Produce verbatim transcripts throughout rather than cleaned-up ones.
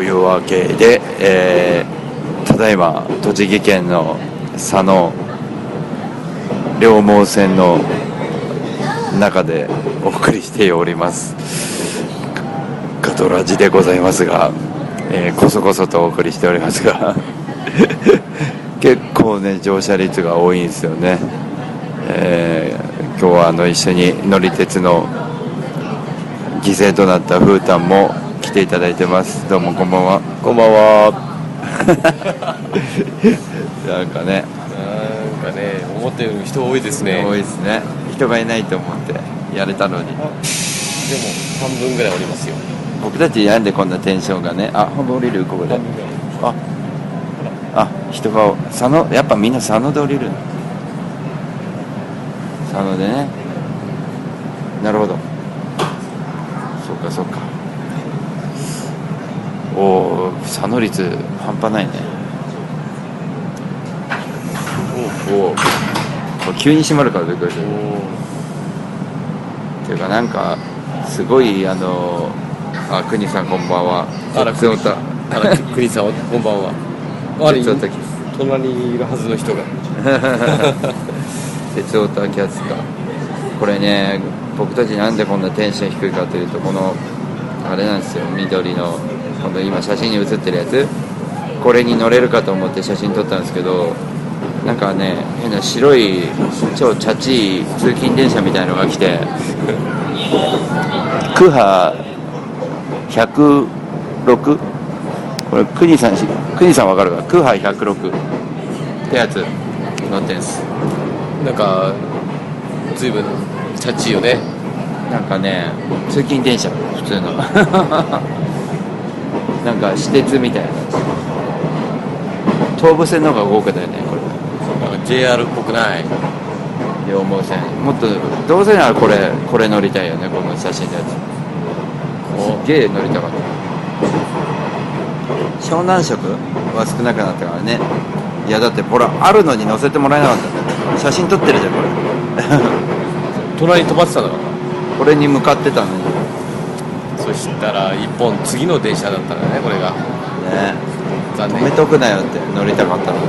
というわけで、えー、ただいま栃木県の佐野両毛線の中でお送りしておりますガトラジでございますが、えー、こそこそとお送りしておりますが結構ね乗車率が多いんですよね。えー、今日はあの一緒に乗り鉄の犠牲となったフータンも来ていただいてます。どうもこんばんは。 こんばんは。 なんかねなんかね思ったより人多いですね。 多いですね。人がいないと思ってやれたのに。でも半分ぐらいおりますよ。 僕たちなんでこんなテンションがね、あ、半分降りるここで。あ、あ、人が佐野、やっぱみんな佐野で降りるの。佐野でね。なるほど。そうかそうか。おお、佐野率半端ないね。おお、お急に閉まるからびっくりした。っていうかなんかすごいあのあ、国さんこんばんは。 あら、国さん、あら、国さんこんばんは。あれ、隣にいるはずの人が。 鉄オタキャスか。これね、僕たちなんでこんなテンション低いかというと、このあれなんですよ、緑のこの今写真に写ってるやつ、これに乗れるかと思って写真撮ったんですけど、なんかね、変な白い超チャチい通勤電車みたいのが来てクハひゃくろく、これ国さん国さんわかるか、クハひゃくろくってやつ乗ってんす。 なんか随分チャッチーよね。 なんかね、通勤電車普通のなんか私鉄みたいな東武線の方が豪華だよねこれ。 なんか ジェイアール っぽくない。 両毛線、もっとどうせならこれこれ乗りたいよね、この写真のやつ。すげえ乗りたかった。湘南色は少なくなったからね。いやだってほらあるのに乗せてもらえなかったんだよ。写真撮ってるじゃんこれ隣に飛ばってたのかな。 これに向かってたのに。 そしたら一本次の電車だったんだねこれがね。 残念。止めとくなよって乗りたかったの。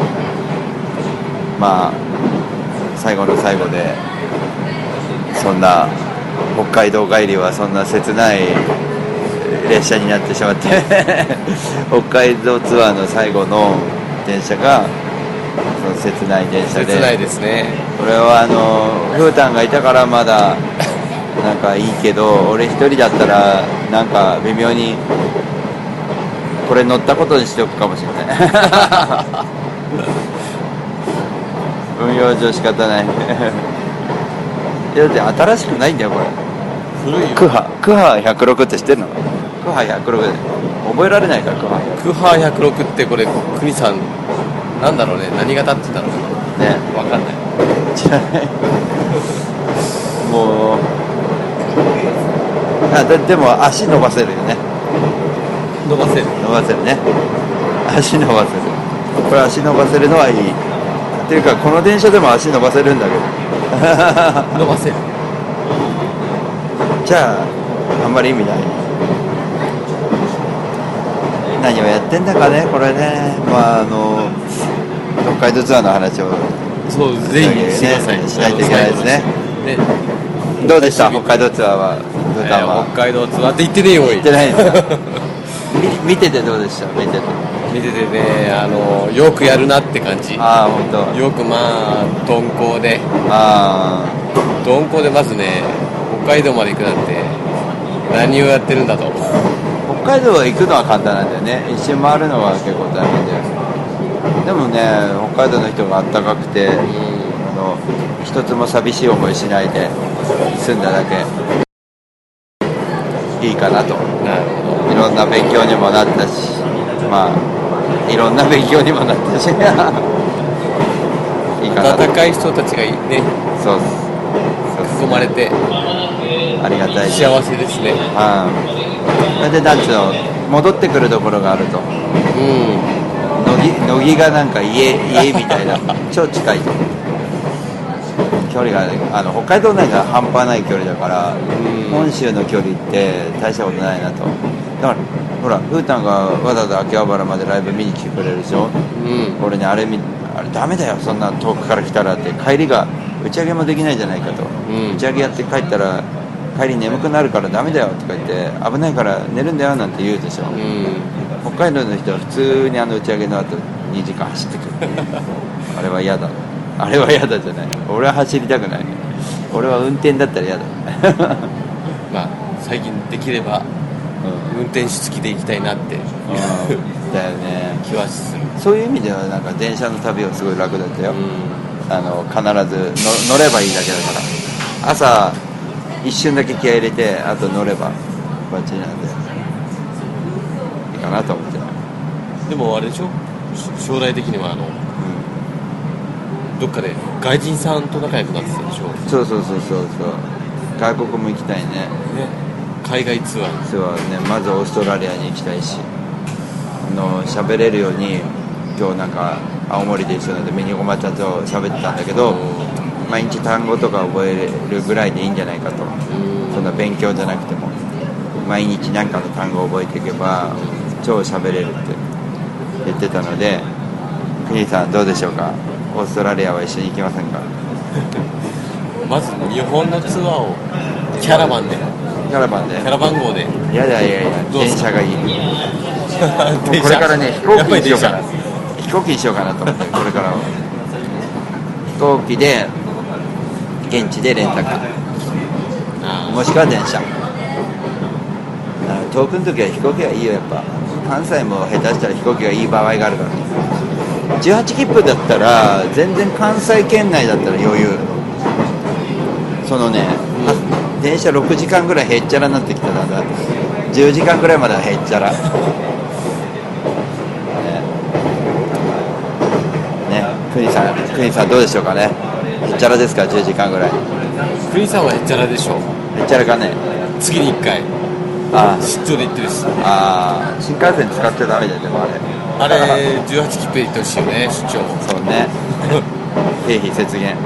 まあ最後の最後でそんな北海道帰りはそんな切ない列車になってしまって北海道ツアーの最後の電車がその切ない電車で。 切ないですね。 これはあのフータンがいたからまだなんかいいけど、俺一人だったらなんか微妙にこれ乗ったことにしておくかもしれない運用上仕方ないいやだって新しくないんだよこれ。 古いよ。 クハクハひゃくろくって知ってんの？クハひゃくろくで覚えられないからクハクハひゃくろくってこれ国さんなんだろうね、何型って言ったのかなね、 分かんない。 知らないもうあ で, でも足伸ばせるよね。 伸ばせる伸ばせるね。足伸ばせる。これ足伸ばせるのはいいっていうか、この電車でも足伸ばせるんだけど伸ばせる。 じゃああんまり意味ない。何をやってんだかねこれね。まああの北海道ツアーの話をそうぜひしてください、 ね、しないといけないですね。 ね、 どうでした北海道ツアーは。 えー、北海道ツアーって言ってねえよ。 言ってないんですか見, 見ててどうでした。見てて見ててね、あのよくやるなって感じ。 ああ本当。 よくまあ鈍行でああ鈍行でまずね北海道まで行くなんて何をやってるんだと。 北海道行くのは簡単なんだよね。一周回るのは結構大変だよ。でもね北海道の人があったかくて、うん、あの一つも寂しい思いしないで済んだだけいいかなと。 なるほど。 いろんな勉強にもなったし、まあいろんな勉強にもなったしいいかなと。 温かい人たちがいいね。 そう囲まれてありがたい幸せですね。 あそれでなんつうの戻ってくるところがあると、うん、乃木、乃木がなんか家家みたいな超近いと距離が、ね、あの北海道内が半端ない距離だから、うん、本州の距離って大したことないなと。だからほらふーたんがわざわざ秋葉原までライブ見に来てくれるでしょ、うん、俺ねあれ見あれダメだよそんな遠くから来たらって帰りが打ち上げもできないじゃないかと、うん、打ち上げやって帰ったら帰り眠くなるからダメだよとか言って危ないから寝るんだよなんて言うでしょ、うん、北海道の人は普通にあの打ち上げの後にじかん走ってくるあれは嫌だあれは嫌だじゃない俺は走りたくない俺は運転だったら嫌だまあ最近できれば、うん、運転手付きで行きたいなってだよね気はするそういう意味ではなんか電車の旅はすごい楽だったよ、うん、あの必ずの乗ればいいだけだから朝一瞬だけ気合い入れてあと乗ればバッチリなんでいいかなと思ってでもあれでしょ将来的にはあの、うん、どっかで外人さんと仲良くなってたでしょそうそうそうそうそう外国も行きたい ね, ね海外ツアーツアーねまずオーストラリアに行きたいしあの喋れるように今日なんか青森で一緒なんでミニゴマちゃんと喋ってたんだけど毎日単語とか覚えるぐらいでいいんじゃないかとそんな勉強じゃなくても毎日何かの単語を覚えていけば超喋れるって言ってたので国さんどうでしょうかオーストラリアは一緒に行きませんかまず日本のツアーをキャラバンでキャラバンでキャラバン号でいやいやいやいや電車がいいもうこれからね飛行機にしようかな飛行機にしようかなと思ってこれからは飛行機で現地でレンタカーもしくは電車遠くの時は飛行機がいいよやっぱ関西も下手したら飛行機がいい場合があるからじゅうはち切符だったら全然関西圏内だったら余裕そのね、うん、電車ろくじかんぐらいへっちゃらになってきたんだじゅうじかんぐらいまではへっちゃらねね国さん国さんどうでしょうかねへっちゃらですかじゅうじかんぐらい国さんはへっちゃらでしょへっちゃらかね次にいっかいあ出張で行ってるしああ新幹線使っちゃダメだよでもあれあれじゅうはち切符で行ってほしいよね出張そうね経費節減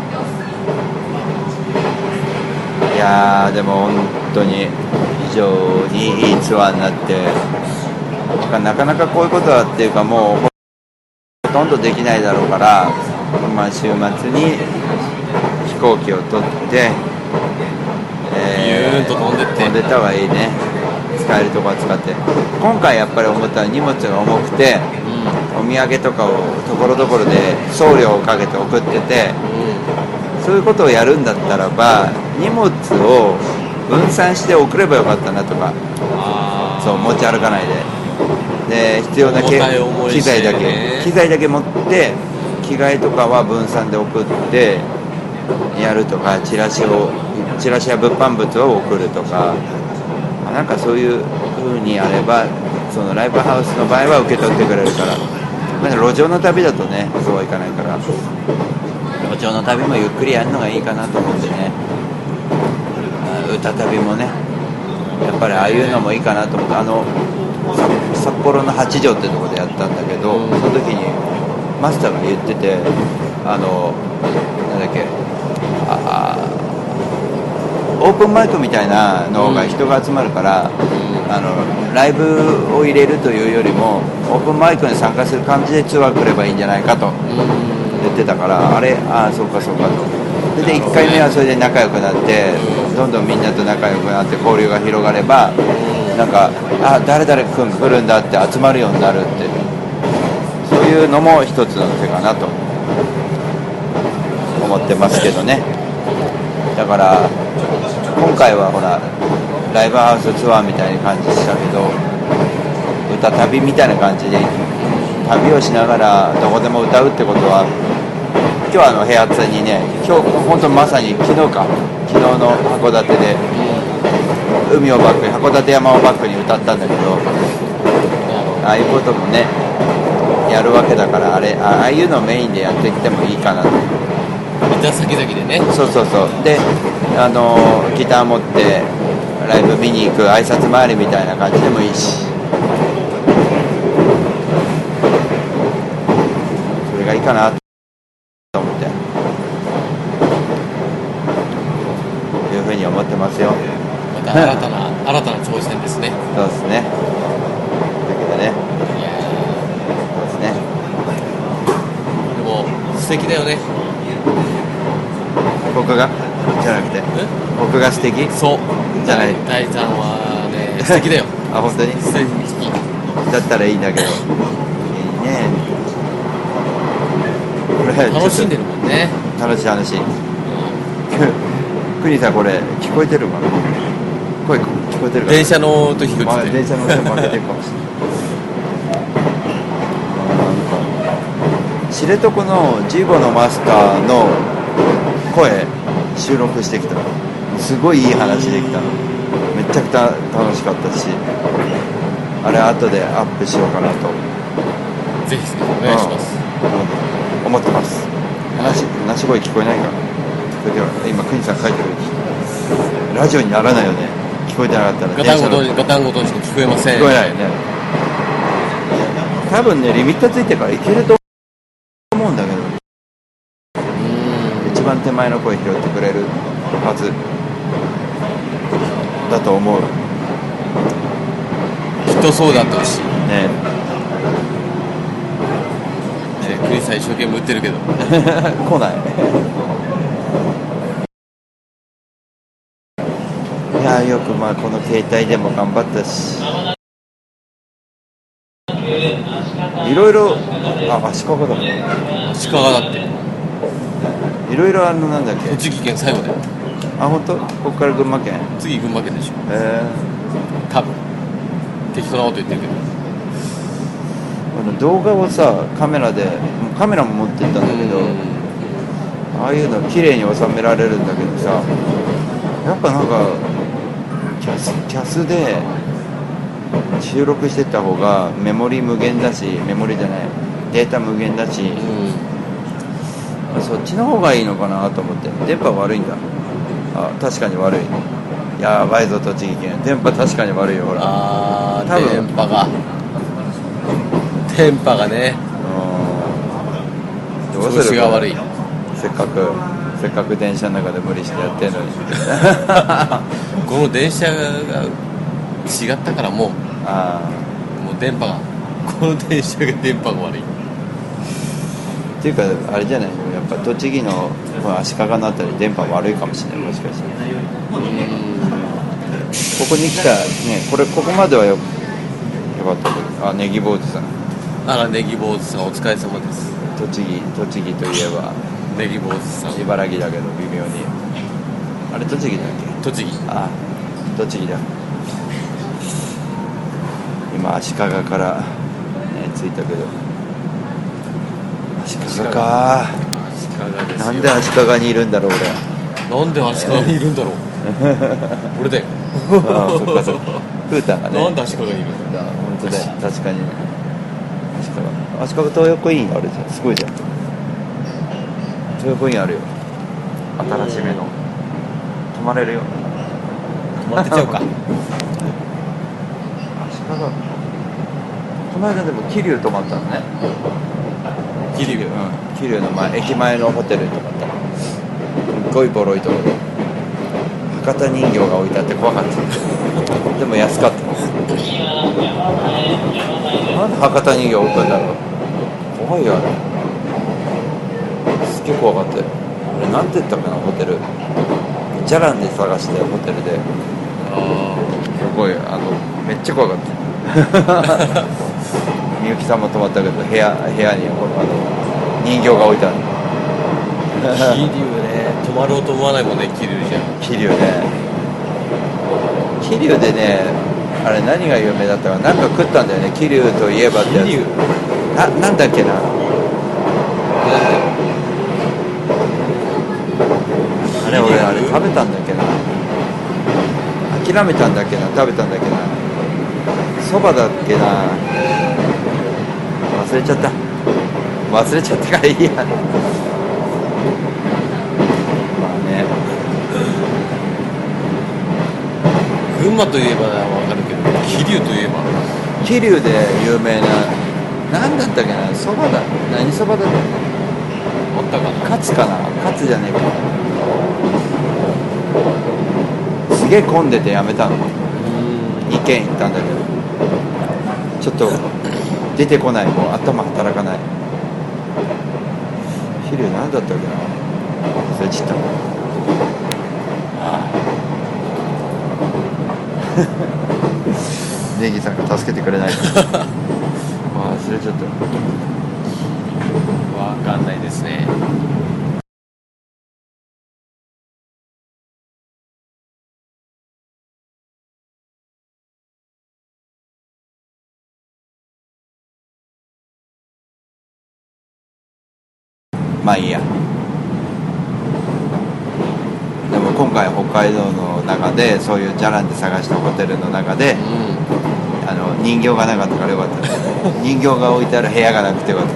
いやーでも本当に非常にいいツアーになってなかなかこういうことはっていうかもうほとんどできないだろうから、まあ、週末に飛行機を取ってビューンと飛んでって飛んでった方がいいね使えるとこは使って今回やっぱり思ったのは荷物が重くて、うん、お土産とかをところどころで送料をかけて送ってて、うん、そういうことをやるんだったらば荷物を分散して送ればよかったなとかそう持ち歩かないでで必要なけ機材だけ機材だけ持って着替えとかは分散で送ってやるとかチラシをチラシや物販物を送るとかなんかそういう風にやればそのライブハウスの場合は受け取ってくれるからなんか路上の旅だとねそうはいかないから路上の旅もゆっくりやるのがいいかなと思ってね歌旅もねやっぱりああいうのもいいかなと思ってあの札幌の八条ってとこでやったんだけどその時にマスターが言っててあのなんだっけあオープンマイクみたいなのが人が集まるから、うん、あのライブを入れるというよりもオープンマイクに参加する感じでツアー来ればいいんじゃないかと言ってたからあれああそうかそうかとそれでいっかいめはそれで仲良くなってどんどんみんなと仲良くなって交流が広がればなんかあ誰々君来るんだって集まるようになるってそういうのも一つの手かなと思ってますけどねだから今回はほらライブハウスツアーみたいな感じしたけど歌旅みたいな感じで旅をしながらどこでも歌うってことは今日はあの部屋津にね今日本当まさに昨日か昨日の函館で海をバックに函館山をバックに歌ったんだけどああいうこともねやるわけだからあれああいうのをメインでやってきてもいいかなと歌先々でねそうそうそうであのギター持ってライブ見に行く挨拶回りみたいな感じでもいいしそれがいいかなと思っていうふうに思ってますよまた新たな新たな挑戦ですねそうですねね。 いやそうですね。 でも素敵だよね。 僕がじゃなくて僕が素敵そうじゃない。 大ちゃんはね素敵だよ。 あ、本当に素敵だったらいいんだけどいいね。これ楽しんでるもんね。 楽しい話。クニさんこれ聞こえてるかな。声聞こえてるかな。 電車の音聞こまあ、 えてる。 電車の音負けてるかもしれない。なんか知床のジーボのマスターの声収録してきた。すごいいい話できたの。めちゃくちゃ楽しかったし、あれ後でアップしようかなとぜひお願いします、 うん、思ってます。話話し声聞こえないかな。それでは今クニさん書いてるラジオにならないよね。聞こえてなかったらガタンゴトンガタンゴトンしか聞こえません。 聞こえないよね。多分ねリミッターついてからいけると思うんだけど、一番手前の声拾ってくれるはずだと思う。 きっとそうだってほしいねえ。クリスさん一生懸命打ってるけど来ない。いやよくまあこの携帯でも頑張ったし、いろいろあ足利だ足利だっていろいろあのなんだっけ栃木県最後だよ。 あ本当ここから群馬県。 次群馬県でしょえ多分。適当なこと言ってるけど、 あの動画をさカメラでカメラも持ってったんだけど、ああいうの綺麗に収められるんだけどさ、やっぱなんかキャスキャスで収録してった方がメモリ無限だし、メモリじゃないデータ無限だし、うん、そっちの方がいいのかなと思って。電波悪いんだ。あ確かに悪い。やばいぞ栃木県。電波確かに悪いよほら。 あー多分電波が電波がねうんどうする。 調子が悪い。 せっかくせっかく電車の中で無理してやってんのにこの電車が違ったからもうあもう電波がこの電車が電波が悪いっていうかあれじゃないのやっぱ栃木の足利のあたり電波悪いかもしれない。もしかしてここに来たね、これここまではよよかったけど、あネギ坊主さん。 あらネギ坊主さんお疲れ様です。 栃木栃木といえばネギ坊主さん茨城だけど微妙にあれ栃木だっけ。 栃木。 あ栃木だ。今足利から、ね、着いたけど足利か。 足利ですよ。 なんで足利にいるんだろう俺。なんで足利にいるんだろう俺だよ。 ああそっかそっか。フータンがね。 なんで足利にいるんだ。 本当だよ確かにね。足利東横インあるじゃん。すごいじゃん。東横インあるよ。新しめの泊まれるよ。 泊まってちゃうか。 足利この間でも桐生泊まったのね。 桐生。 うん桐生の前駅前のホテルに泊まったの。すっごいボロいところ。博多人形が置いてあって怖かった。でも安かった。なんで博多人形置くんだろう。怖いよあれ。すっげえ怖かったよ。あれなんて言ったかなホテル。ジャランで探してホテルで。 あすごいあのめっちゃ怖かった。みゆきさんも泊まったけど部屋部屋にあの人形が置いてある。 桐生ね、泊まろうと思わないもんね、桐生じゃん。 桐生ね。桐生でね、あれ何が有名だったかなんか食ったんだよね。桐生といえばってやつ。 桐な、なんだっけな。あれ俺あれ食べたんだっけな。諦めたんだっけな。食べたんだっけな。そばだっけな。忘れちゃった。忘れちゃったからいいや。 群馬といえばわかるけど、桐生といえば桐生で有名な何だったっけな。そばだ。何そばだったっけ。 あったかな。 カツかな。カツじゃねえか。すげえ混んでてやめたの。に軒行ったんだけどちょっと出てこない、もう頭働かない。昼何だったっけな、忘れちゃった。ネギさんが助けてくれないから忘れちゃった。 わかんないですね。 まあいいや。でも今回北海道の中でそういうじゃらんで探したホテルの中で、うん、あの人形がなかったからよかった人形が置いてある部屋がなくてよかった。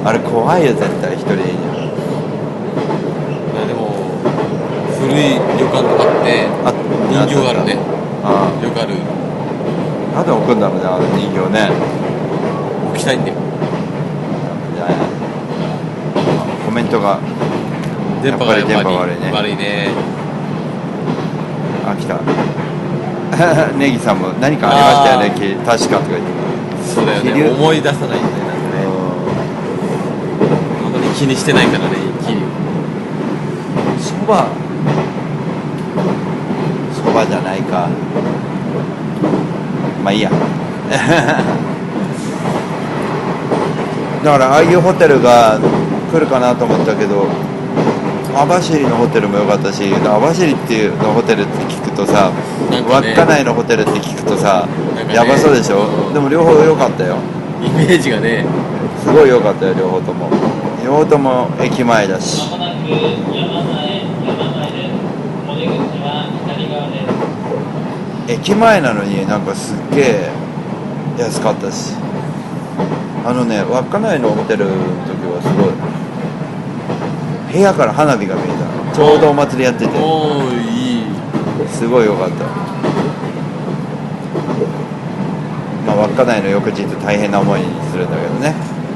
あれ怖いよ絶対一人でいいじゃん。 でも古い旅館とかって人形があるね。ああよくある。 なんで置くんだろうね、あの人形ね。 置きたいんだよ。 コメントが電波がやっぱり電波悪いね。 悪いね。 あ、来たネギさんも何かありましたよね、確かとか言って。 そうだよね、思い出さないんだよね。本当に気にしてないからね、キリそばそばじゃないか。まあいいやだからああいうホテルが来るかなと思ったけど、網走のホテルも良かったし、網走っていうのホテルって聞くとさ、ね、稚内のホテルって聞くとさ、ね、やばそうでしょ、うん、でも両方良かったよ。 イメージがねすごい良かったよ、両方とも。両方とも駅前だし。駅前なのになんかすっげえ安かったし、あのね、稚内のホテルの時はすごい部屋から花火が見えた。ちょうどお祭りやってて、 おーいい、 すごい良かった。まあ稚内の翌日大変な思いにするんだけどね。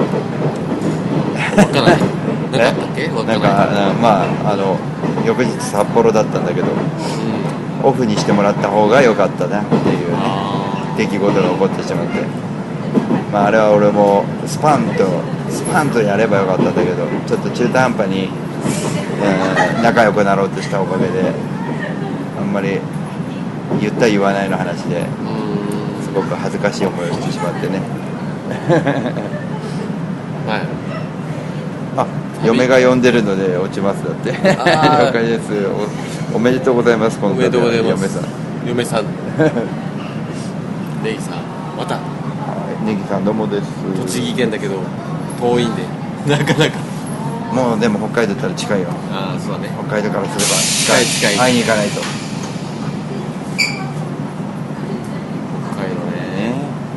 稚内なかったっけ？ なんかまああの翌日札幌だったんだけど、うん、オフにしてもらった方が良かったなっていうね出来事が起こってしまって、まああれは俺もスパンとスパンとやればよかったんだけど、ちょっと中途半端に、えー、仲良くなろうとしたおかげであんまり言った言わないの話ですごく恥ずかしい思いをしてしまってねはい。 あ、嫁が呼んでるので落ちますだって了解です。 お, おめでとうございます。 おめでとうございます。 嫁さん嫁さんネギさんまた。 ネギさんどうもです。 栃木県だけど遠いんでなかなか。 もうでも北海道だったら近いよ。 ああそうだね、 北海道からすれば近い近い、 会いに行かないと。 北海道ね、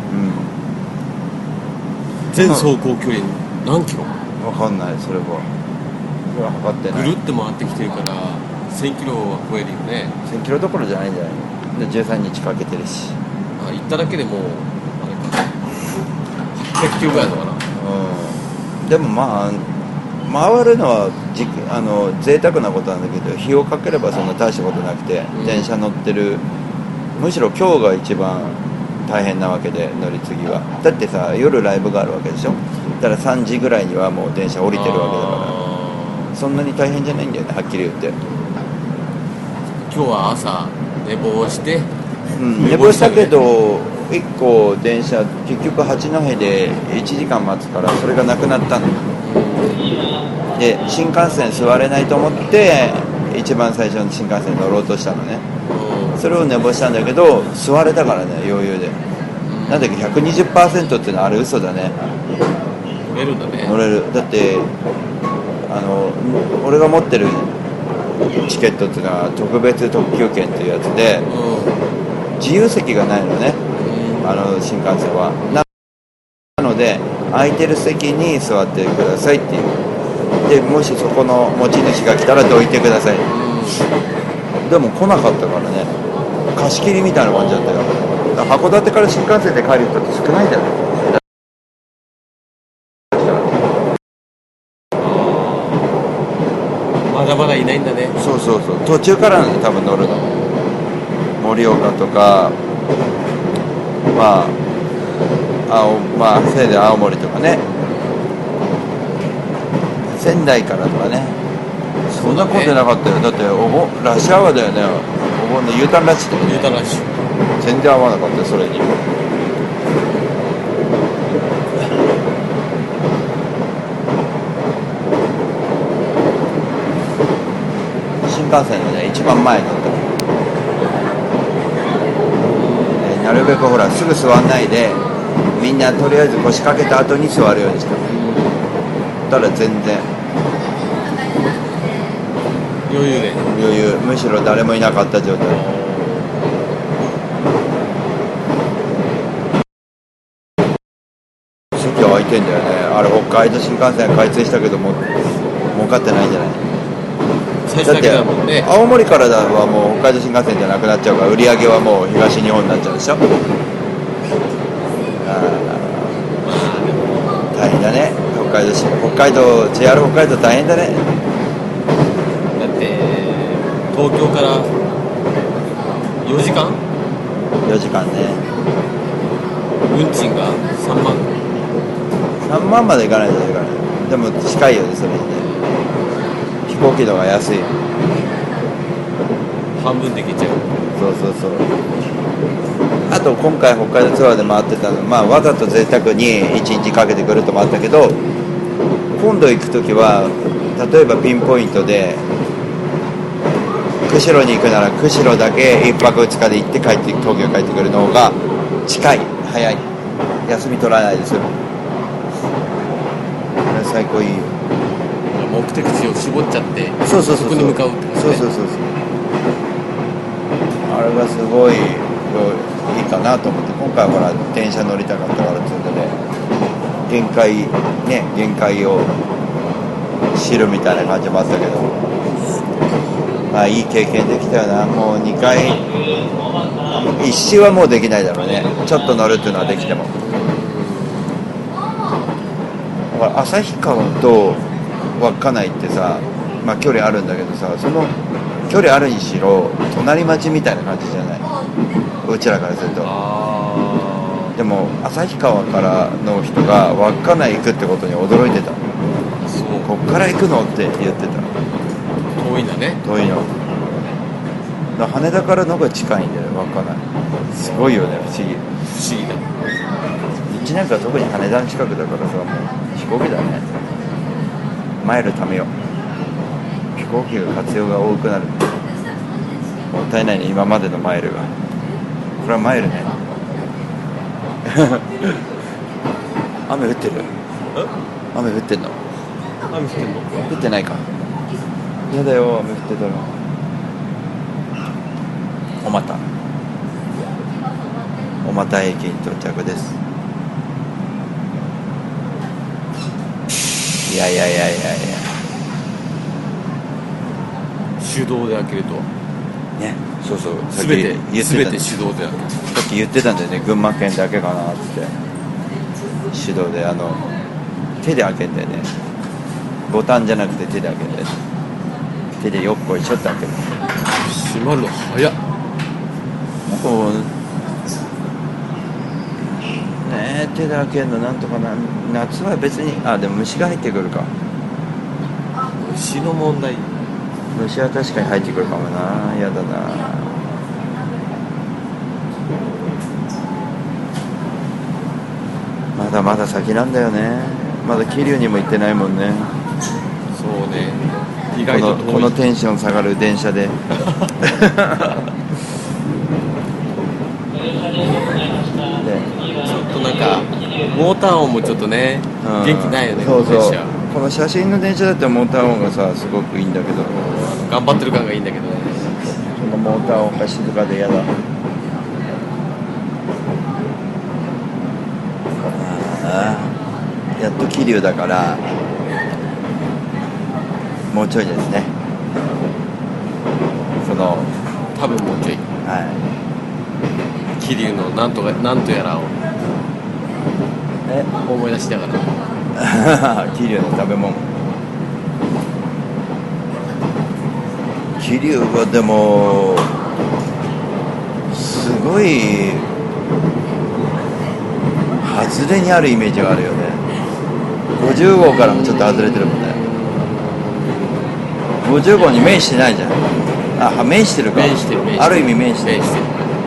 うん、 全走行距離何キロ？ わかんない、それはそれは測ってない。 ぐるって回ってきてるからせんキロは超えるよね。 せんキロどころじゃないんじゃないの。でじゅうさんにちかけてるし、 あ、行っただけでもうあれかはっぴゃくキロぐらいなのかな。 うん、でもまあ回るのはじあの贅沢なことなんだけど、日をかければそんな大したことなくて、うん、電車乗ってる、むしろ今日が一番大変なわけで、乗り継ぎは。だってさ、夜ライブがあるわけでしょ。だからさんじぐらいにはもう電車降りてるわけだから、そんなに大変じゃないんだよね、はっきり言って。 今日は朝寝坊して、 うん、寝坊したけどいっこ電車結局八戸でいちじかん待つから、それがなくなったの。で新幹線座れないと思って一番最初の新幹線乗ろうとしたのね。それを寝坊したんだけど座れたからね、余裕で。なんだっけ ひゃくにじゅっパーセント ってのはあれ嘘だね。 乗れるんだね。 乗れる。だってあの俺が持ってるチケットっていうのは特別特急券っていうやつで、うん、自由席がないのね、うん、あの新幹線は。なので空いてる席に座ってくださいっていう。でもしそこの持ち主が来たらどいてください、うん、でも来なかったからね、貸し切りみたいな感じだったよ。だから函館から新幹線で帰る人って少ないんだよ。 まだまだいないんだね。 そうそうそう、途中からなんで多分乗るの。盛岡とかまあ青まあせいで青森とかね、仙台からとかね、そんな混んでなかったよ。だってお盆ラッシュアワーだよね。お盆の U ターンラッシュだよね。 U ターンラッシュ全然合わなかったよそれに。新幹線のね一番前に乗った、えー、なるべくほらすぐ座んないで、みんなとりあえず腰掛けた後に座るようにした。たら全然余裕で余裕、むしろ誰もいなかった状態。席は空いてんだよね。あれ北海道新幹線開通したけども儲かってないんじゃない？ 最初だけだもんね。 青森からだはもう北海道新幹線じゃなくなっちゃうから、売り上げはもう東日本になっちゃうでしょ。あ大変だね北海道新北海道 ジェイアール 北海道大変だね。 だって東京からよじかんよじかんね。 運賃がさんまんさんまんまでいかないといかない。でも近いよねそれにね。飛行機の方が安い。 半分で行けちゃう。 そうそうそう。あと今回北海道ツアーで回ってたの、まあわざと贅沢にいちにちかけてくるともあったけど、今度行くときは例えばピンポイントで釧路に行くなら釧路だけいっぱくふつかで行って帰って東京帰ってくるの方が近い、早い、休み取らないですよ。最高いいよ。 目的地を絞っちゃってそうそうそうそう、 そこに向かうってことね。 そうそうそうそう、あれがすごいいいかなと思って、今回はほら電車乗りたかったからっていうので限界ね、限界を知るみたいな感じもあったけど、まあいい経験できたよな。もうにかい一周はもうできないだろうね、ちょっと乗るっていうのはできても。だから旭川と稚内ってさ、まあ距離あるんだけどさ、その距離あるにしろ隣町みたいな感じじゃない、うちらからすると。 あでも旭川からの人が稚内行くってことに驚いてた。 そう、 こっから行くのって言ってた。 遠いんだね。 遠いのだから羽田からの方が近いんだよ稚内。すごいよね、不思議。 不思議だ。 うちなんか特に羽田の近くだからさ、もう飛行機だね。マイル貯めよう。飛行機が活用が多くなる。もったいないね、今までのマイルが。これはマイルね。雨降ってる？雨降ってんの？ 雨降ってんの？ 降ってないか。やだよ、雨降ってたら。おまたおまた駅に到着です。いやいやいやいやいや、 手動で開けるとね、そうそう、さっき全て言ってた全て手動で開ける。 さっき言ってたんだよね、群馬県だけかなって。手動で、あの手で開けんだよね。ボタンじゃなくて手で開けんだよね。手でよっこいしょって開ける。 閉まるの早っ。 こうねえ、手で開けるのなんとかな。夏は別に、あ、でも虫が入ってくるか。 虫の問題。 虫は確かに入ってくるかもな。やだな。まだまだ先なんだよね。まだ桐生にも行ってないもんね。 そうね、意この、 外と遠い。 このテンション下がる電車で。 ちょっとなんかモーター音もちょっとね、 うん、 元気ないよね。 そうそう、 この電車この写真の電車だってモーター音がさすごくいいんだけど、 頑張ってる感がいいんだけどね。 そのモーター音が静かで嫌だ。ああ、やっと桐生だからもうちょいですね。その多分もうちょいは桐生のなんとかなんとやらをいえ思い出しながら。 桐生の食べ物。桐生はでもすごい外れにあるイメージがあるよね。ごじゅうごうからもちょっと外れてるもんね。ごじゅうごうに面してないじゃん。あ、面してるか。 面してる面してるある意味面してる面してる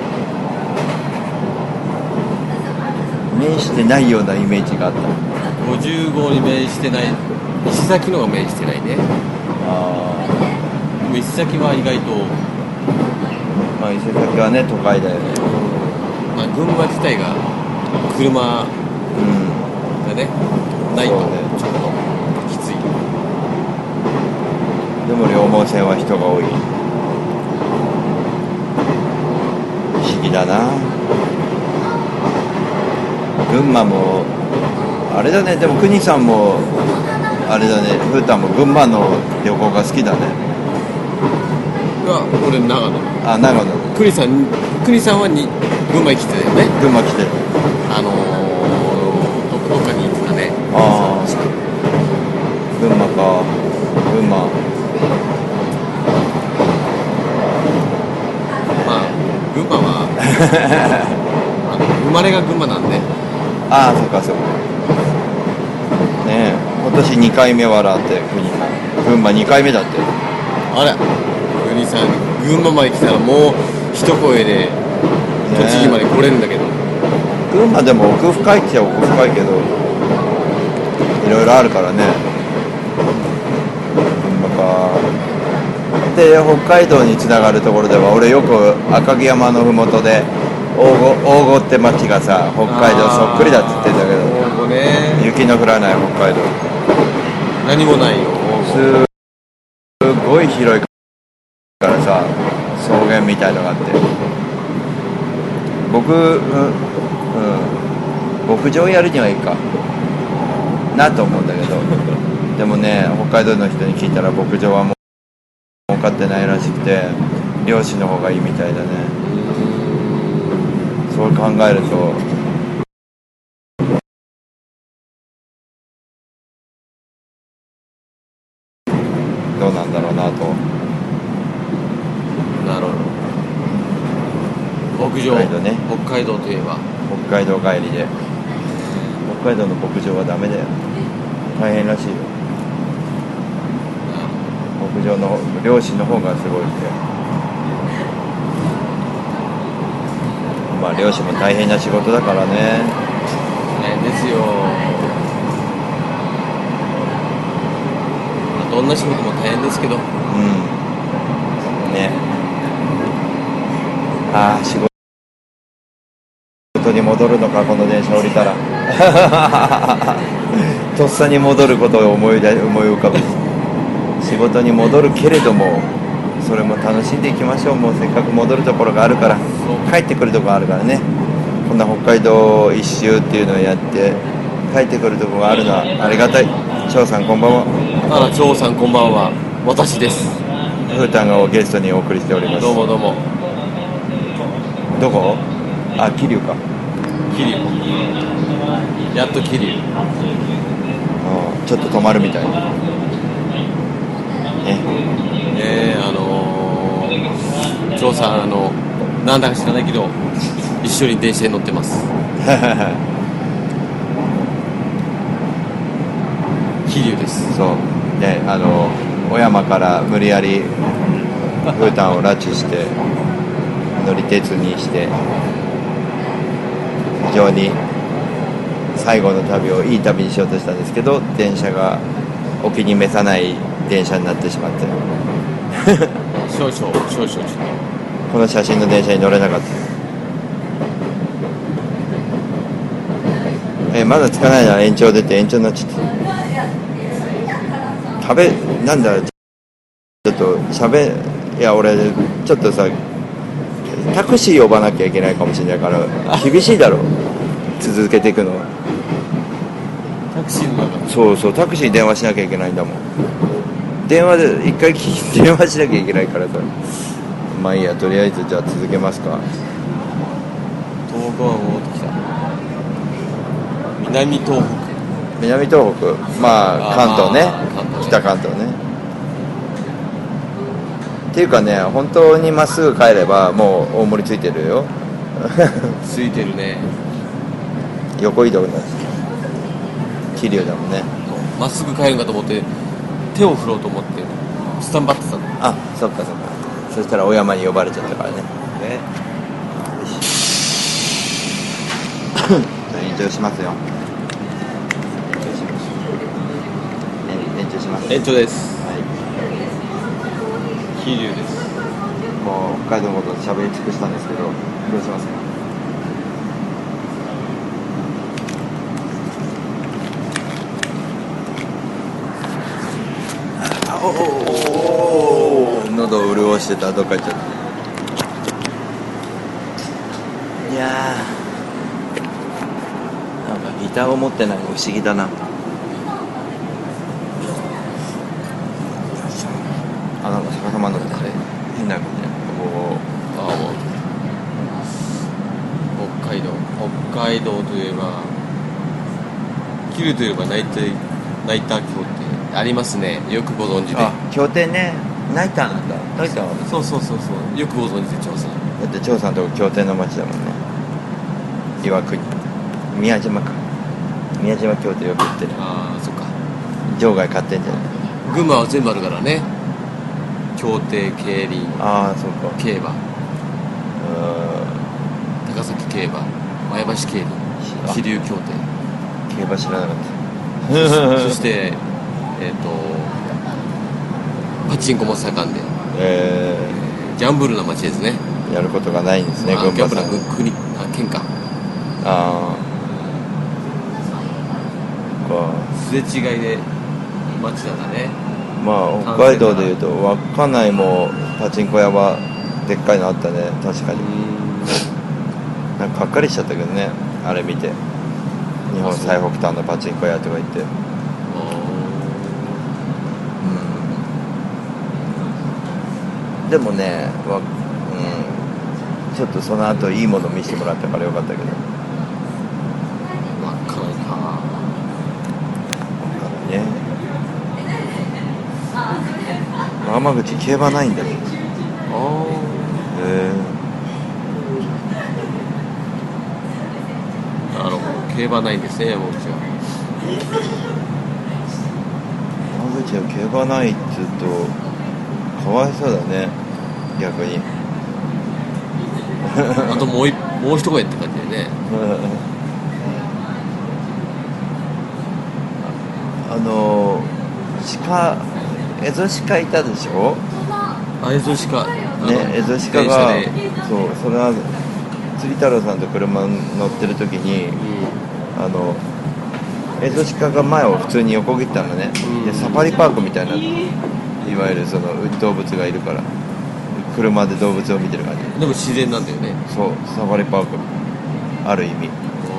面してないようなイメージがあった。 ごじゅうごうに面してない。石崎のが面してないね。 あでも石崎は意外と、 まあ伊勢崎はね都会だよね。 まあ、群馬自体が車うんがねないとそうねちょっときつい。 でも両毛線は人が多い。不思議だな。群馬もあれだね。でも国さんもあれだね。ふーたんも群馬の旅行が好きだね。 が俺長野。 あ、長野。 クニさんクニさんはに群馬に来てたよね。 群馬来てる。 あのー、どどっかに行ってたね。 ああ群馬か。群馬まあ群馬はあの生まれが群馬なんで。 ああそうかそうかねえ今年にかいめ笑って国さん群馬にかいめだって。 あれクニさん群馬まで来たらもう一声で栃木まで来れるんだけど、 群馬でも奥深いっちゃ奥深いけどいろいろあるからね。群馬か。で北海道につながるところでは俺よく赤城山のふもとで大御大御って町がさ北海道そっくりだって言ってんだけど、 大御ね、 雪の降らない北海道何もないよ。 すごい広いからさ草原みたいのがあって僕、うんうん、牧場やるにはいいかなと思うんだけどでもね北海道の人に聞いたら牧場はもう儲かってないらしくて漁師の方がいいみたいだね。そう考えるとどうなんだろうなと。 なるほど。牧場、 北海道ね。 北海道といえば北海道帰りで北海道の牧場はダメだよ。大変らしいよ。牧場の漁師の方がすごいって。まあ漁師も大変な仕事だからね。 大変ですよ。まあどんな仕事も大変ですけど。 うんね。ああ仕事に戻るのかこの電車降りたらとっさに戻ることを思い出思い浮かぶ。仕事に戻るけれどもそれも楽しんでいきましょう。もうせっかく戻るところがあるから帰ってくるところがあるからね。こんな北海道一周っていうのをやって帰ってくるところがあるのはありがたい。張さんこんばんは。 あら張さんこんばんは。私です。 ふーたんがゲストにお送りしております。 どうもどうも。 どこ？あ、桐生か。 桐生。やっと桐生。 うんちょっと止まるみたいね。 えー、あのー、張さんあのなんだか知らないけど一緒に電車に乗ってます桐生です。 そうね、あの小山から無理やりふーたんを拉致して乗り鉄にして非常に最後の旅をいい旅にしようとしたんですけど電車がお気に召さない電車になってしまって少々少々ちょっとこの写真の電車に乗れなかった。えまだ着かないなら延長出て延長になっちゃった。食べなんだちょっと喋いや俺ちょっとさタクシー呼ばなきゃいけないかもしれないから厳しいだろ続けていくの。 タクシーの中そうそうタクシーに電話しなきゃいけないんだもん。電話で一回電話しなきゃいけないからさ。まあいいやとりあえずじゃあ続けますか。 東北は戻ってきた。南東北南東北まあ関東ね、 関東ね北関東ねっていうかね本当にまっすぐ帰ればもう大森ついてるよついてるね。 横移動になって桐生だもんね。 まっすぐ帰るんかと思って手を振ろうと思ってスタンバってたの。 あ、そっかそっか。そしたら小山に呼ばれちゃったからね。 ね、 延長しますよ。延長します。 延長です。 はい。 桐生です。 もう北海道のこと喋り尽くしたんですけど、どうしますか。おお、喉を潤してた。どっか行っちゃった。いやー、なんかギターを持ってないの不思議だな。あ、なんか逆さまになってね、変な感じね。おお、 ああ、もう北海道北海道といえば桐生といえばナイターナイター協定ありますね。よくご存知で。 あ、協定ね。ナイターなんだ。ナイターはそうそうそうそう、よくご存知で。張さんだって張さんとこ協定の町だもんね。岩国、宮島か。宮島協定よく言ってる。 ああ、そっか。 場外買ってんじゃない。 群馬は全部あるからね。協定、競輪、 ああ、そうか。 競馬、 う高崎競馬、前橋競輪、 あ桐生協定、 ーん、競馬知らなかった。 そしてえっ、ー、とパチンコも盛んで、 えギャンブルな街ですね。 ー、やることがないんですね、 あ、 群ギャンブル馬さん。 な国、あ、県か。 ああ、か。 すれ違いで街なんだね。 まあ北海道でいうと稚内もパチンコ屋はでっかいのあったね。確かに。なんかがっかりしちゃったけどね、あれ見て。日本最北端のパチンコ屋とか言って。うん、でもね、わ、うん、ちょっとその後いいもの見せてもらったからよかったけど。 稚内か。 ね、浜口競馬ないんだよ。 あへえ。 あ、なるほど。競馬ないんですね、山口は。 浜口は競馬ないっつうとかわいそうだね、逆に。 あともういもう一声って感じでね。 あの鹿、エゾシカいたでしょ。 あ、エゾシカ。 ね、エゾシカが、 電車で、 そう、それは釣り太郎さんと車に乗ってる時に、 うん、 あのエゾシカが前を普通に横切ったのね、 うん、 でサファリパークみたいな、いわゆるその動物がいるから車で動物を見てる感じ。 でも自然なんだよね。 そう、サファリパーク、ある意味。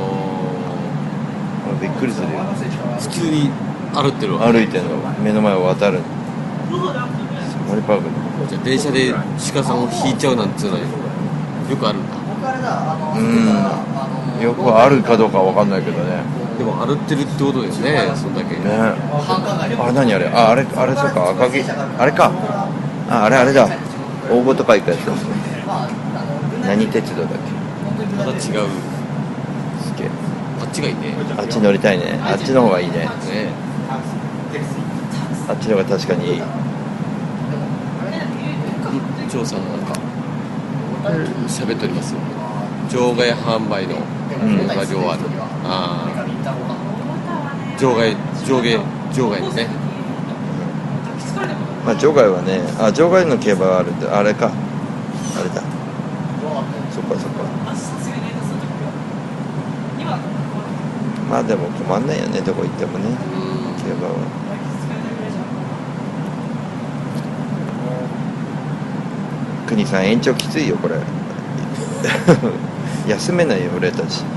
あ、びっくりするよ。 普通に歩ってるわけ。 歩いてんの、目の前を渡る。サファリパーク。 じゃあ電車で鹿さんを引いちゃうなんていうのはよくあるんだ。 うん、よくあるかどうかは分かんないけどね。 でも歩ってるってことですね、そんだけ。 ね、あれ何あれ、ああれあれ、そうか、赤城、あれか、ああれあれだ、大ごとか行くやつだ。何鉄道だっけ。 また違う。 すげえ。 あっちがいいね。 あっち乗りたいね。あっちの方がいいね。 ね、 あっちの方が確かにいい。 張さんなんか喋っておりますよ。場外販売の年賀状ある。うん、ああ、場外、上下、場外ですね。 まあ場外はね、あ、場外の競馬があるんで、あれか、あれだ。そっかそっか。まあでも困んないよね、どこ行ってもね、競馬は。国さん延長きついよこれ。休めないよ俺たち。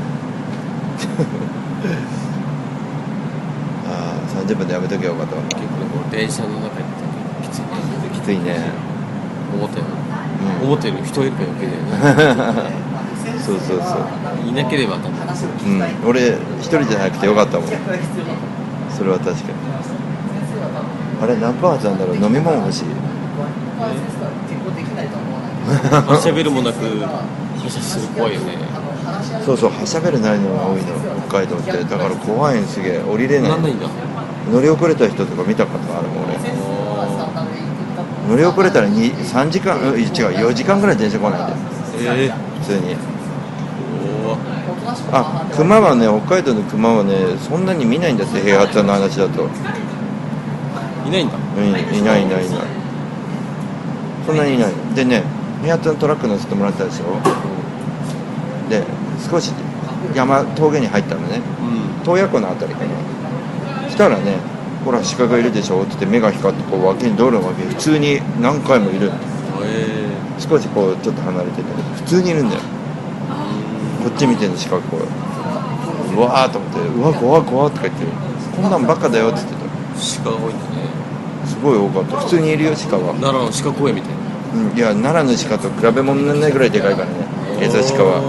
ああ、さんじゅっぷんでやめとけばよかったわ。 結構こう電車の中にきついね。 きついね。 思ったよ、 うん、 思ったより人いるか余計だよね。 そうそうそう。 いなければ多分、 うん、俺一人じゃなくてよかったもん。それは確かに。あれ何分発なんだろう。飲み物欲しい。 発車ベルもなく発車する、怖いよね。 そうそう、はしゃべるないのが多いの北海道って。だから怖いんすげえ、降りれない。 なんないんだ。 乗り遅れた人とか見たことあるもん俺。乗り遅れたらにさんじかん、うん、違うよじかんぐらい電車来ないんだよ。 ええ普通に。 おーあ、熊はね、北海道の熊はねそんなに見ないんだって、平八の話だと。 いないんだ。 うん、いないいないいない、そんなにいないでね。平八のトラック乗せてもらったでしょ。で少し山峠に入ったのね、 うん洞爺湖のあたりかな。したらね、ほら鹿がいるでしょって言って目が光ってこう脇に道路の脇に普通に何回もいる。 え少しこうちょっと離れてたけど普通にいるんだよ。こっち見てんの鹿がこう、うわーと思って、うわ怖い怖いとか言って、こんなんバカだよって言ってー、鹿が多いんだね。 た。すごい多かった。普通にいるよ鹿は。 奈良の鹿公園みたいな。 うん、いや奈良の鹿と比べ物にならないぐらいでかいからね、エゾ鹿は。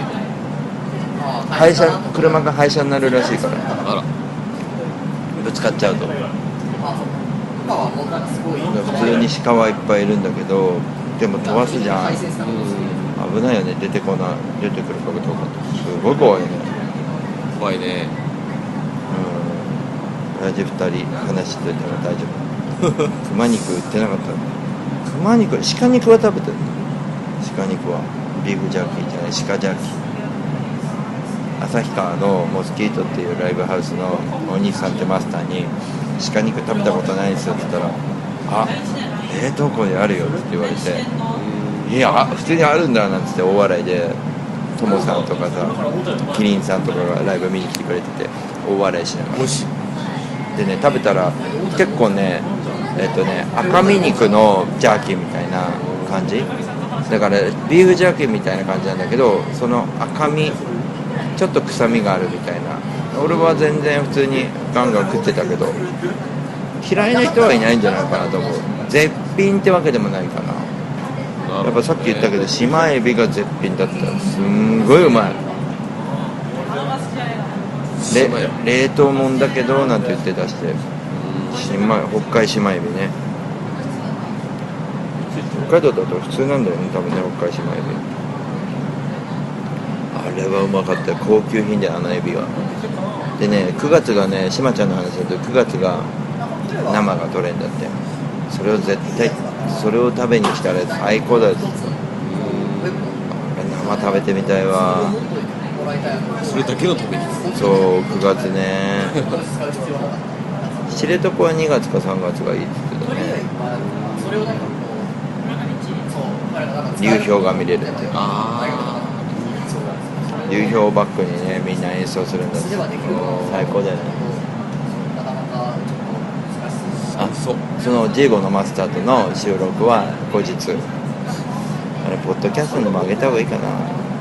廃車、車が廃車になるらしいから、 あら。 ぶつかっちゃうと。普通に鹿はいっぱいいるんだけど、でも飛ばすじゃん。危ないよね、出てこない、出てくるかどうかってすごい怖いね。 怖いね。 うん、親父ふたり話してたら大丈夫。熊肉売ってなかったの。熊肉、鹿肉は食べてる。鹿肉はビーフジャーキーじゃない、鹿ジャーキー。旭川のモスキートっていうライブハウスのお兄さんってマスターに鹿肉食べたことないですよって言ったら、あ、冷凍庫にあるよって言われて、いや普通にあるんだなんつって大笑いで、トモさんとかさキリンさんとかがライブ見に来てくれてて大笑いしながら、 もしでね食べたら結構ねえっとね赤身肉のジャーキーみたいな感じだから、ビーフジャーキーみたいな感じなんだけど、その赤身ちょっと臭みがあるみたいな。俺は全然普通にガンガン食ってたけど、嫌いな人はいないんじゃないかなと思う。絶品ってわけでもないかな。やっぱさっき言ったけどシマエビが絶品だった。すんごいうまい。れ冷凍もんだけどなんて言って出して、シマ北海シマエビね。北海道だと普通なんだよね多分ね、北海シマエビ。あれはうまかったよ、高級品であのエビは。でね、くがつがね、しまちゃんの話だとくがつが生が取れんだって。それを絶対それを食べに来たら最高だって。生食べてみたいわ。 それだけのために。 そうくがつね。知床はにがつかさんがつがいいって言ってたね。流氷が見れるって。 あ流氷をバックにねみんな演奏するんだって。最高だよね。あ、そう、そのジーゴのマスターとの収録は後日、あれポッドキャストにも上げた方がいいかな。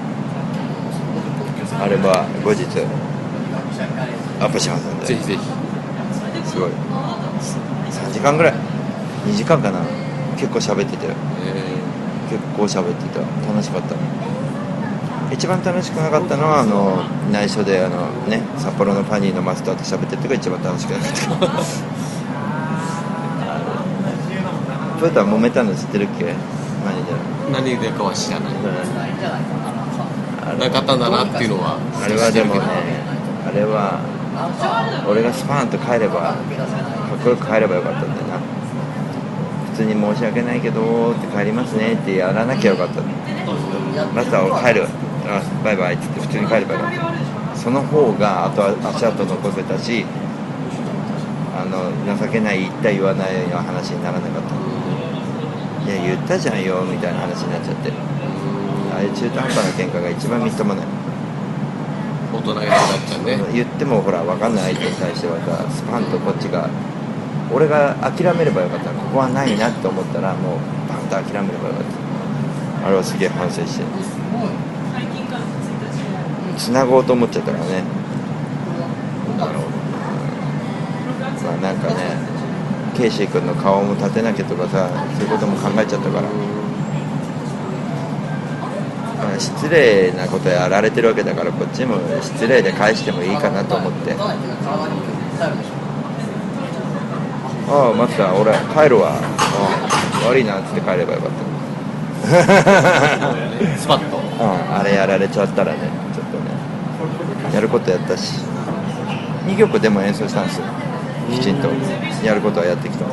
あれは後日アップしますんで、 ぜひぜひ。 すごいさんじかんぐらいにじかんかな、結構喋ってたよ。 え結構喋ってた。楽しかった。一番楽しくなかったのはあの内緒であのね札幌のパニーのマスターと喋ってるのが一番楽しくなかったプータン揉めたの知ってるっけ？何で？ 何でかは知らない。 あれなかったんだなっていうのは。 あれはでもね、あれは俺がスパーンと帰ればかっこよく帰ればよかったんだよな。普通に申し訳ないけどって帰りますねってやらなきゃよかったんだ。マスターを帰る、あバイバイって言って普通に帰ればよかった。その方があと足跡残せたし、あの情けない言った言わないの話にならなかった。いや言ったじゃんよみたいな話になっちゃって、ああいう中途半端な喧嘩が一番みっともない。 大人げなくなっちゃうね。 言ってもほら分かんない相手に対してはさ、スパンとこっちが、俺が諦めればよかった。ここはないなって思ったらもうパンと諦めればよかった。あれはすげえ反省して繋ごうと思っちゃったからね。まあなんかね、ケイシー君の顔も立てなきゃとかさ、そういうことも考えちゃったから、まあ、失礼なことやられてるわけだから、こっちも失礼で返してもいいかなと思って、ああマスター俺帰るわ、ああ悪いなって帰ればよかったスパッとうん、あれやられちゃったらね、ちょっとね、やることやったし、にきょくでも演奏したんですよ。きちんとやることはやってきた。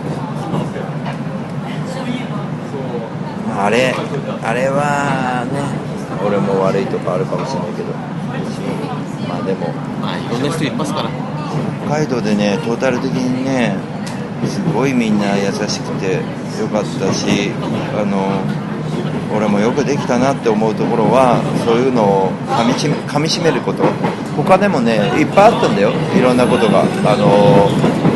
まあ、あれあれはね、俺も悪いとこあるかもしれないけど、まあでも、 まあいろんな人いますから。 北海道でね、トータル的にね、すごいみんな優しくてよかったし、あの俺もよくできたなって思うところは、そういうのをかみしめ、かみしめること。他でもね、いっぱいあったんだよ、いろんなことが。あの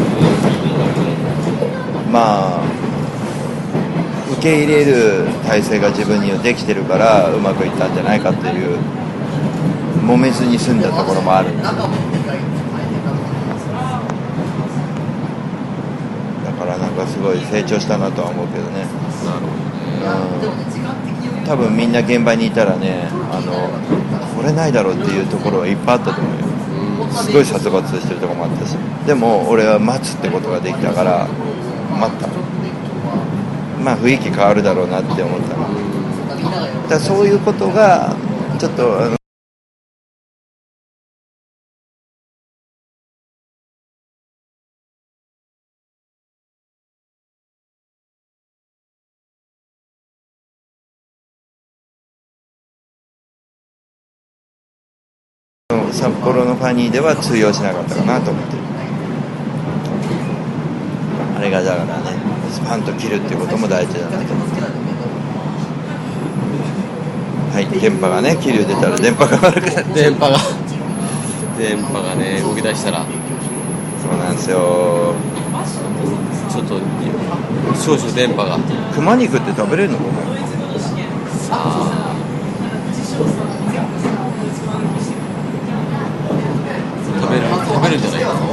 まあ受け入れる体制が自分にはできてるからうまくいったんじゃないかっていう、揉めずに済んだところもあるんですよ。だからなんかすごい成長したなとは思うけどね。 なるほどね。 うん、多分みんな現場にいたらね、あのこれないだろうっていうところはいっぱいあったと思うよ。すごい殺伐してるところもあったし、でも俺は待つってことができたから待った。まあ雰囲気変わるだろうなって思ったの。だからそういうことがちょっとあの札幌のファニーでは通用しなかったかなと思ってる。あれがだからね、スパンと切るっていうことも大事だなと思ってる。はい、電波がね、桐生出たら電波が悪くなって電波が電波がね動き出したら、 そうなんですよ。 ちょっと少々電波が。 熊肉って食べれるのかな。 さあ食べる食べるんじゃないかな。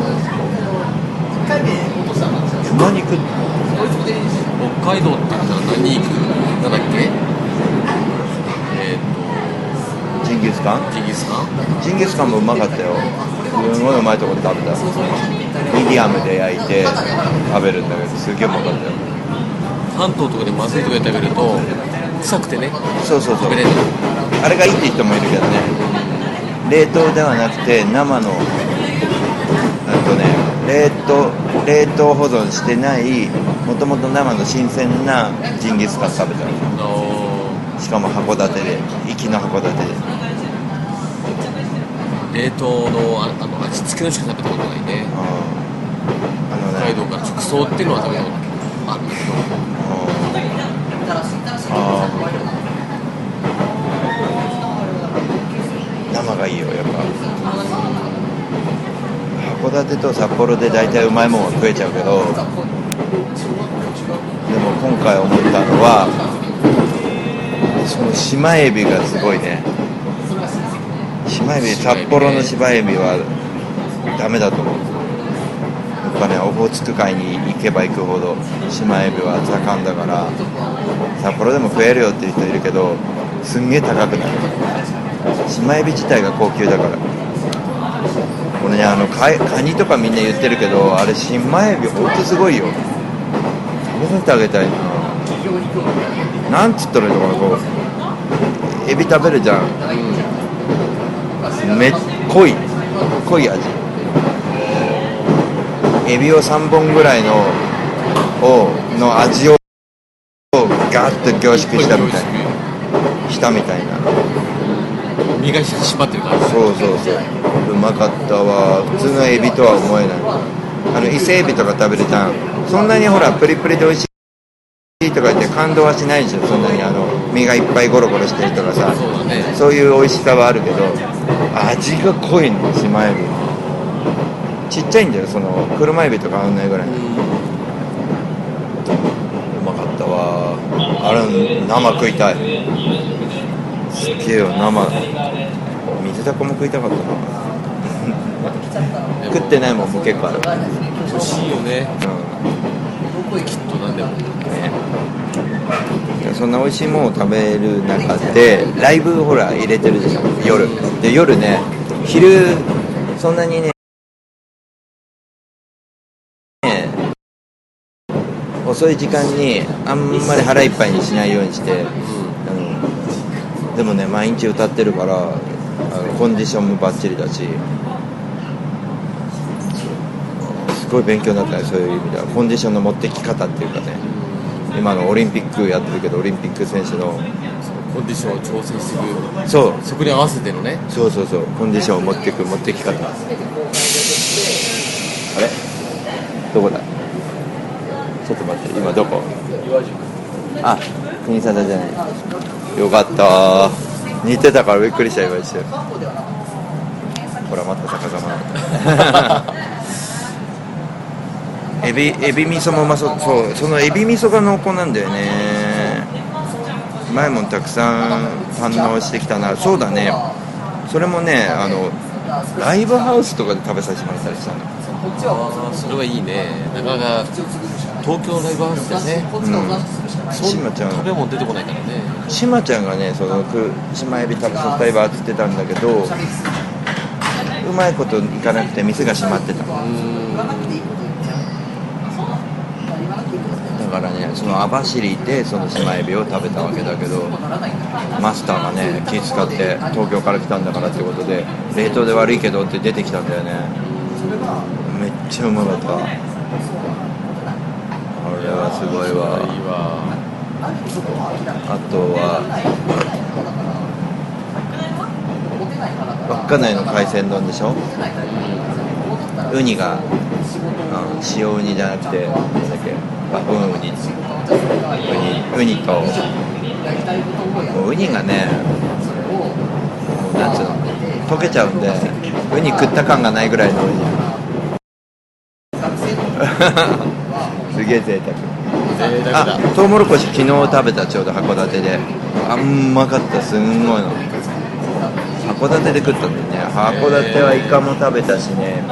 熊肉、 北海道って言ったら何肉なんだっけ。えっ、ー、とジンギスカンジンギスカンジンギスカンもうまかったよ。すごいうまいところで食べた。ミディアムで焼いて食べるんだけど、すげえうまかったよ。 関東とかでまずいとこで食べると臭くてね、 そうそうそう、 食べれる。 あれがいいって人もいるけどね。冷凍ではなくて生の、なんとね、冷凍冷凍保存してない、もともと生の新鮮なジンギスカン食べたの。しかも函館で、行きの函館で。 冷凍の あ, あの味付けのしか食べたことないね。 あのね、 北海道から直送っていうのは食べたことあるんだけど、 あ生がいいよ、やっぱ。函館と札幌で大体うまいもんは食えちゃうけど、でも今回思ったのは、そのシマエビがすごいね。シマエビ、札幌のシマエビはダメだと思う。やっぱね、オホーツク海に行けば行くほどシマエビは盛んだから、札幌でも食えるよっていう人いるけど、すんげえ高くなる。シマエビ自体が高級だから。俺ね、あのカニとかみんな言ってるけど、あれシマエビほんとすごいよ。食べさせてあげたいな。なんつったらいいのかな、こうエビ食べるじゃん、うん、めっ濃い濃い味。エビをさんぼんぐらいのをの味をガーッと凝縮したみたいなしたみたいな。 身が引き締まってる感じ。 そうそうそう、うまかったわ。普通のエビとは思えない。あの伊勢エビとか食べるじゃん、そんなにほらプリプリで美味しいとか言って感動はしないでしょ。そんなにあの身がいっぱいゴロゴロしてるとかさ、 そうだね、 そういう美味しさはあるけど、味が濃いの。シマエビちっちゃいんだよ、その車エビと変わんないぐらい。うまかったわ。あれ生食いたい。すげえよ、生。水だこも食いたかったな。食ってないもんも結構ある。 美味しいよね、 うん、 きっと何でもね。 そんな美味しいものを食べる中でライブほら入れてるでしょ、夜で。夜ね、昼そんなにね遅い時間にあんまり腹いっぱいにしないようにして、 でもね毎日歌ってるからあのコンディションもバッチリだしすごい勉強になったね。そういう意味ではコンディションの持ってき方っていうかね、今のオリンピックやってるけどオリンピック選手のコンディションを調整する、 そうそこに合わせてのね、 そうそうそうコンディションを持っていく持ってき方。あれどこだ、ちょっと待って今どこ、あ国定じゃない、よかった似てたからびっくりした今一瞬。ほらまた逆さまエビエビ味噌もうまそう。そうそのエビ味噌が濃厚なんだよね。前もたくさん堪能してきたな。そうだね、それもねあのライブハウスとかで食べさせてもらったりしたの。 あそれはいいね。なかなか東京のライブハウスだね、 うん、しまちゃん食べ物出てこないからね。 しまちゃんがねそのしまエビ食べさせたいわって言ってたんだけどうまいこといかなくて店が閉まってた。だからねその網走でそのしまエビを食べたわけだけどマスターがね気遣って東京から来たんだからってことで冷凍で悪いけどって出てきたんだよね。めっちゃうまかった。これはすごいわ。 いいわ。 あとは稚内の海鮮丼でしょ。ウニが、うん、塩ウニじゃなくてなんだっけバフンウニ、ウニウニともうウニがねもうなんつうの溶けちゃうんでウニ食った感がないぐらいのウニすげえ贅沢。 贅沢だ。 あトウモロコシ昨日食べたちょうど函館であんまかった。すんごいの函館で食ったんだよね。函館はイカも食べたしね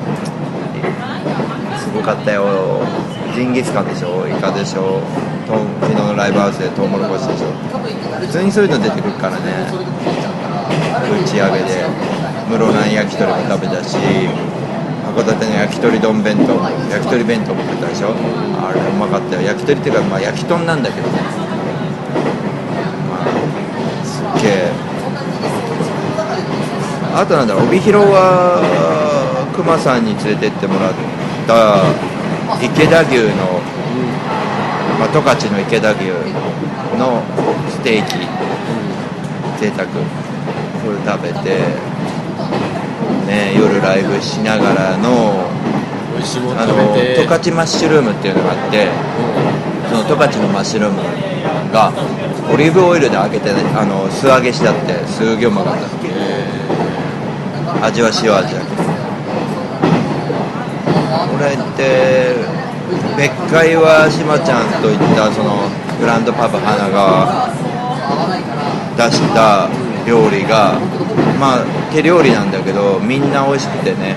すごかったよ。ジンギスカンでしょ、イカでしょ、と昨日のライブハウスでトウモロコシでしょ。普通にそういうの出てくるからね。打ち上げで室蘭焼き鳥も食べたし函館の焼き鳥丼弁当も焼き鳥弁当も食ったでしょ。あれうまかったよ。焼き鳥っていうか、まあ、焼き豚なんだけどね、まあ、すっげえ。あとなんだろう、帯広は熊さんに連れてってもらった池田牛の、まあ、十勝の池田牛のステーキ贅沢これ食べて、ね、夜ライブしながらの美味しいものあ食のべて十勝マッシュルームっていうのがあって、その十勝のマッシュルームがオリーブオイルで揚げて、ね、あの素揚げしてあってすげえうまかった。味は塩味だけど、これって別海はしまちゃんといったそのグランドパブ花が出した料理がまあ手料理なんだけどみんな美味しくてね、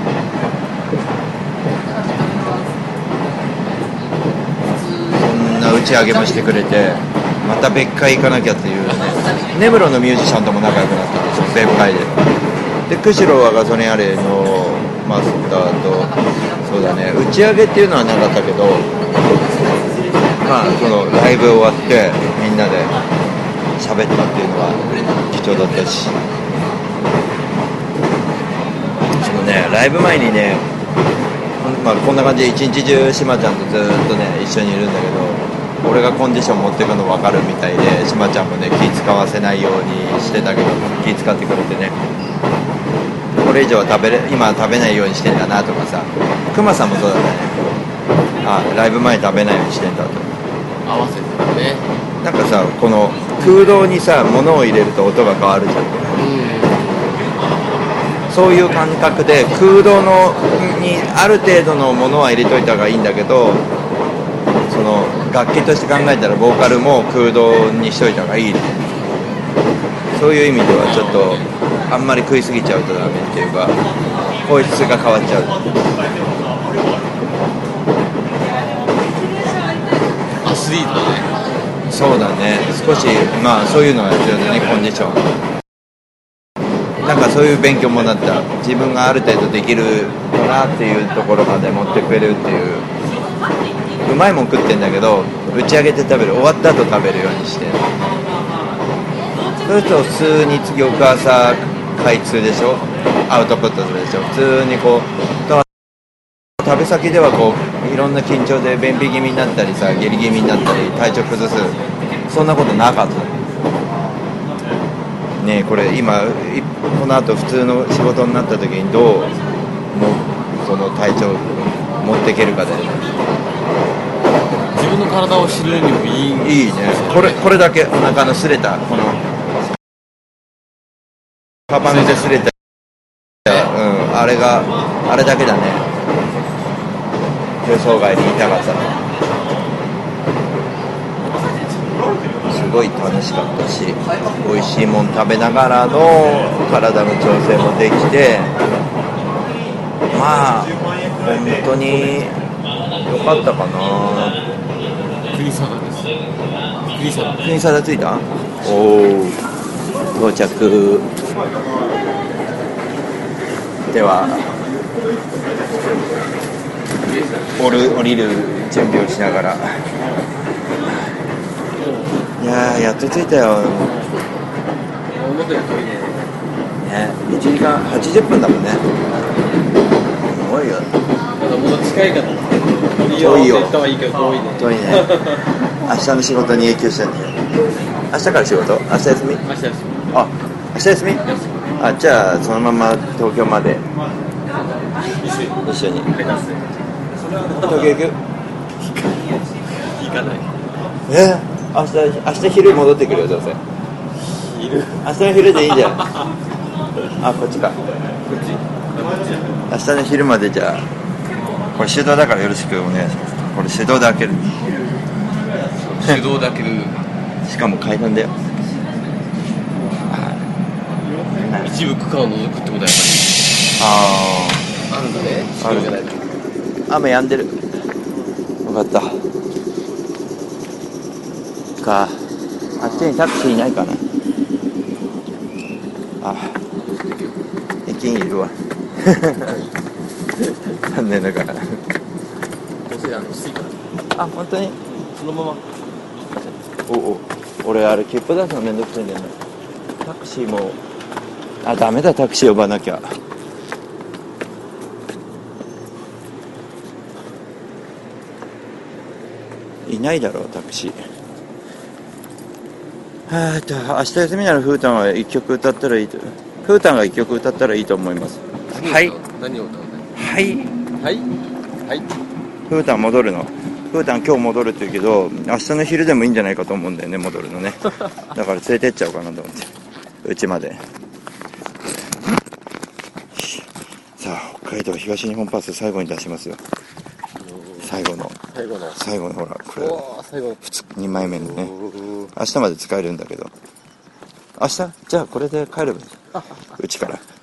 こんな打ち上げもしてくれてまた別海行かなきゃっていうね。根室のミュージシャンとも仲良くなったんですよ別海で。で釧路はガソリンアレイのマスターとそうだね打ち上げっていうのはなかったけど、まあそのライブ終わってみんなで喋ったっていうのは貴重だったし、そのねライブ前にね、まあ、こんな感じで一日中しまちゃんとずっとね一緒にいるんだけど、俺がコンディション持っていくの分かるみたいでしまちゃんもね気使わせないようにしてたけど気使ってくれてね、これ以上は食べれ今食べないようにしてんだなとかさ、クマさんもそうだね、あライブ前食べないようにしてんだと合わせてね。 なんかさこの空洞にさ物を入れると音が変わるじゃん、そういう感覚で空洞のにある程度のものは入れといた方がいいんだけど、その楽器として考えたらボーカルも空洞にしといた方がいい、そういう意味ではちょっとあんまり食いすぎちゃうとダメっていうか声質が変わっちゃう。 アスリートだね。 そうだね、少しまあそういうのが必要だね、コンディション。なんかそういう勉強もなった。自分がある程度できるかなっていうところまで持ってくれるっていう。うまいもん食ってんだけど打ち上げて食べる、終わった後食べるようにして、 そうすると普通に翌朝開通でしょ、アウトプットするでしょ。普通にこうだから旅先ではこういろんな緊張で便秘気味になったりさ、下痢気味になったり体調崩す、そんなことなかったね。えこれ今この後普通の仕事になった時にどうもその体調持っていけるかで、 自分の体を知るにもいいんですいいね。これこれだけお腹の擦れたこのカバンで擦れた、うん、あれがあれだけだね。予想外に痛かった。すごい楽しかったし、美味しいもん食べながらの体の調整もできて、まあ本当に良かったかな。 国定です国定国定着いた？おお、到着では降る降りる準備をしながら、いやーやっと着いたよ。 思ったより遠いね。 ね、いちじかんはちじゅっぷんだもんね。すごいよ。 まだもっと近いから遠いよ。 絶対はいいけど遠いね。 遠いね。明日の仕事に影響しちゃって。明日から仕事？明日休み？ 明日休み。 あ、明日休み？あ、じゃあそのまま東京まで一緒に。 目指す。 東京行く？ 行かない。 え？明日明日昼戻ってくるよどうせ。 昼？ 明日の昼でいいんじゃん。あ、こっちか。 こっち。 明日の昼までじゃあ。これ手動だからよろしくお願いします。これ手動で開ける。 手動で開ける。 しかも階段だよ。 一部区間を除くってことはやっぱりああるんだね。 あるじゃないと。 雨止んでる。分かったか。あっちにタクシーいないかな。あ、駅員いるわ。残念ながら。 どうせあのスイカあ、本当に？ そのまま。 おお、俺あれ切符出すのめんどくさいんだよね。タクシーも、あ、ダメだ、タクシー呼ばなきゃ。いないだろうタクシー。はーと、明日休みならフータンは一曲歌ったらいいと。フータンが一曲歌ったらいいと思います。はい。 何を歌うの？ はいはいはい。 フータン戻るの。フータン今日戻るって言うけど、明日の昼でもいいんじゃないかと思うんだよね、戻るのね。だから連れてっちゃおうかなと思って、うちまで。さあ、北海道東日本パス最後に出しますよ。最後の最後の最後のほらこれおー最後のにまいめのね。明日まで使えるんだけど、明日じゃあこれで帰ればいい。うちから